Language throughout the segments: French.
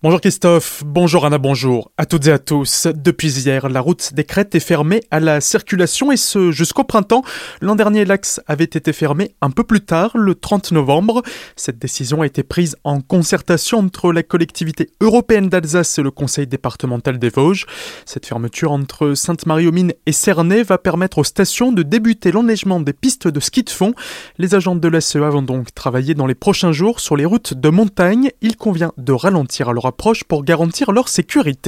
Bonjour Christophe, bonjour Anna, bonjour à toutes et à tous. Depuis hier, la route des Crêtes est fermée à la circulation et ce jusqu'au printemps. L'an dernier, l'axe avait été fermé un peu plus tard, le 30 novembre. Cette décision a été prise en concertation entre la collectivité européenne d'Alsace et le conseil départemental des Vosges. Cette fermeture entre Sainte-Marie-aux-Mines et Cernay va permettre aux stations de débuter l'enneigement des pistes de ski de fond. Les agents de l'ACEA vont donc travailler dans les prochains jours sur les routes de montagne. Il convient de ralentir leur approche pour garantir leur sécurité.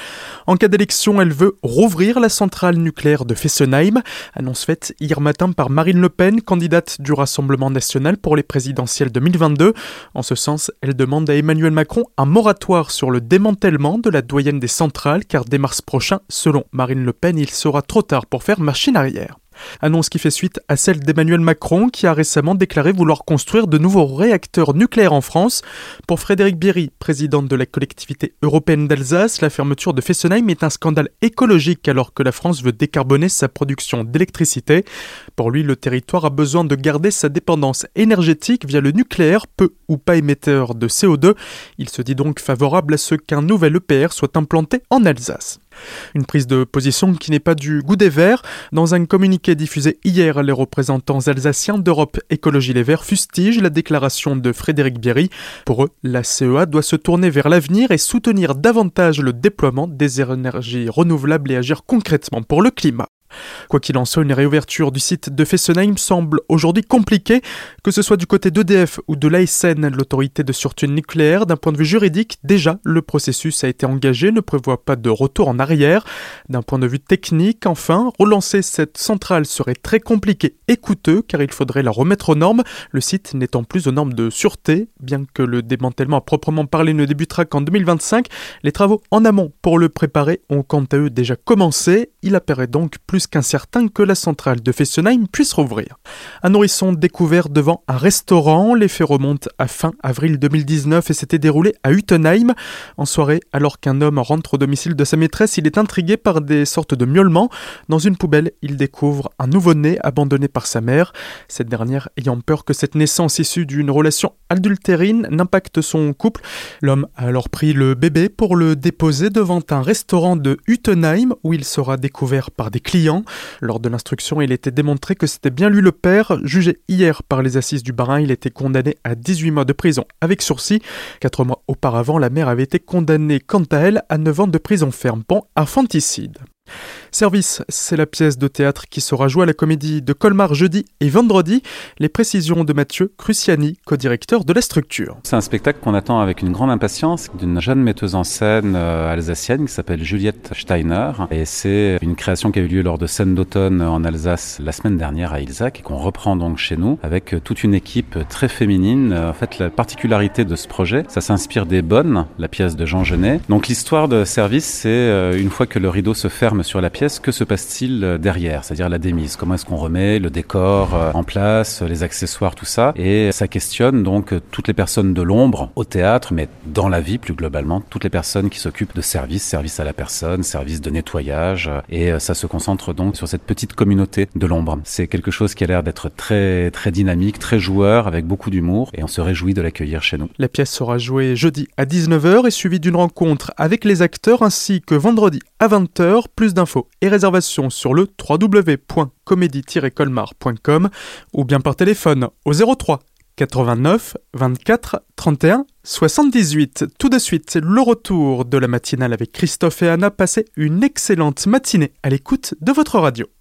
En cas d'élection, elle veut rouvrir la centrale nucléaire de Fessenheim. Annonce faite hier matin par Marine Le Pen, candidate du Rassemblement national pour les présidentielles 2022. En ce sens, elle demande à Emmanuel Macron un moratoire sur le démantèlement de la doyenne des centrales, car dès mars prochain, selon Marine Le Pen, il sera trop tard pour faire machine arrière. Annonce qui fait suite à celle d'Emmanuel Macron qui a récemment déclaré vouloir construire de nouveaux réacteurs nucléaires en France. Pour Frédéric Bierry, président de la collectivité européenne d'Alsace, la fermeture de Fessenheim est un scandale écologique alors que la France veut décarboner sa production d'électricité. Pour lui, le territoire a besoin de garder sa dépendance énergétique via le nucléaire, peu ou pas émetteur de CO2. Il se dit donc favorable à ce qu'un nouvel EPR soit implanté en Alsace. Une prise de position qui n'est pas du goût des Verts. Dans un communiqué diffusé hier, les représentants alsaciens d'Europe Écologie Les Verts fustigent la déclaration de Frédéric Bierry. Pour eux, la CEA doit se tourner vers l'avenir et soutenir davantage le déploiement des énergies renouvelables et agir concrètement pour le climat. Quoi qu'il en soit, une réouverture du site de Fessenheim semble aujourd'hui compliquée, que ce soit du côté d'EDF ou de l'ASN, l'autorité de sûreté nucléaire. D'un point de vue juridique, déjà, le processus a été engagé, ne prévoit pas de retour en arrière. D'un point de vue technique, enfin, relancer cette centrale serait très compliqué et coûteux, car il faudrait la remettre aux normes, le site n'étant plus aux normes de sûreté. Bien que le démantèlement à proprement parler ne débutera qu'en 2025, les travaux en amont pour le préparer ont quant à eux déjà commencé. Il apparaît donc plus qu'incertain que la centrale de Fessenheim puisse rouvrir. Un nourrisson découvert devant un restaurant. Les faits remontent à fin avril 2019 et s'était déroulé à Utenheim. En soirée, alors qu'un homme rentre au domicile de sa maîtresse, il est intrigué par des sortes de miaulements. Dans une poubelle, il découvre un nouveau-né abandonné par sa mère. Cette dernière ayant peur que cette naissance issue d'une relation adultérine n'impacte son couple. L'homme a alors pris le bébé pour le déposer devant un restaurant de Utenheim où il sera découvert par des clients. Lors de l'instruction, il était démontré que c'était bien lui le père. Jugé hier par les assises du Bas-Rhin, il était condamné à 18 mois de prison avec sursis. 4 mois auparavant, la mère avait été condamnée quant à elle à 9 ans de prison ferme pour infanticide. Service, c'est la pièce de théâtre qui sera jouée à la Comédie de Colmar jeudi et vendredi. Les précisions de Mathieu Cruciani, co-directeur de la structure. C'est un spectacle qu'on attend avec une grande impatience d'une jeune metteuse en scène alsacienne qui s'appelle Juliette Steiner. Et c'est une création qui a eu lieu lors de scènes d'automne en Alsace la semaine dernière à Ilzac et qu'on reprend donc chez nous avec toute une équipe très féminine. En fait, la particularité de ce projet, ça s'inspire des Bonnes, la pièce de Jean Genet. Donc l'histoire de Service, c'est une fois que le rideau se ferme sur la pièce, que se passe-t-il derrière, c'est-à-dire la démise? Comment est-ce qu'on remet le décor en place, les accessoires, tout ça? Et ça questionne donc toutes les personnes de l'ombre au théâtre, mais dans la vie plus globalement, toutes les personnes qui s'occupent de service à la personne, service de nettoyage, et ça se concentre donc sur cette petite communauté de l'ombre. C'est quelque chose qui a l'air d'être très, très dynamique, très joueur, avec beaucoup d'humour, et on se réjouit de l'accueillir chez nous. La pièce sera jouée jeudi à 19h et suivie d'une rencontre avec les acteurs ainsi que vendredi à 20h. Plus d'infos et réservations sur le www.comedie-colmar.com ou bien par téléphone au 03 89 24 31 78. Tout de suite, le retour de la matinale avec Christophe et Anna. Passez une excellente matinée à l'écoute de votre radio.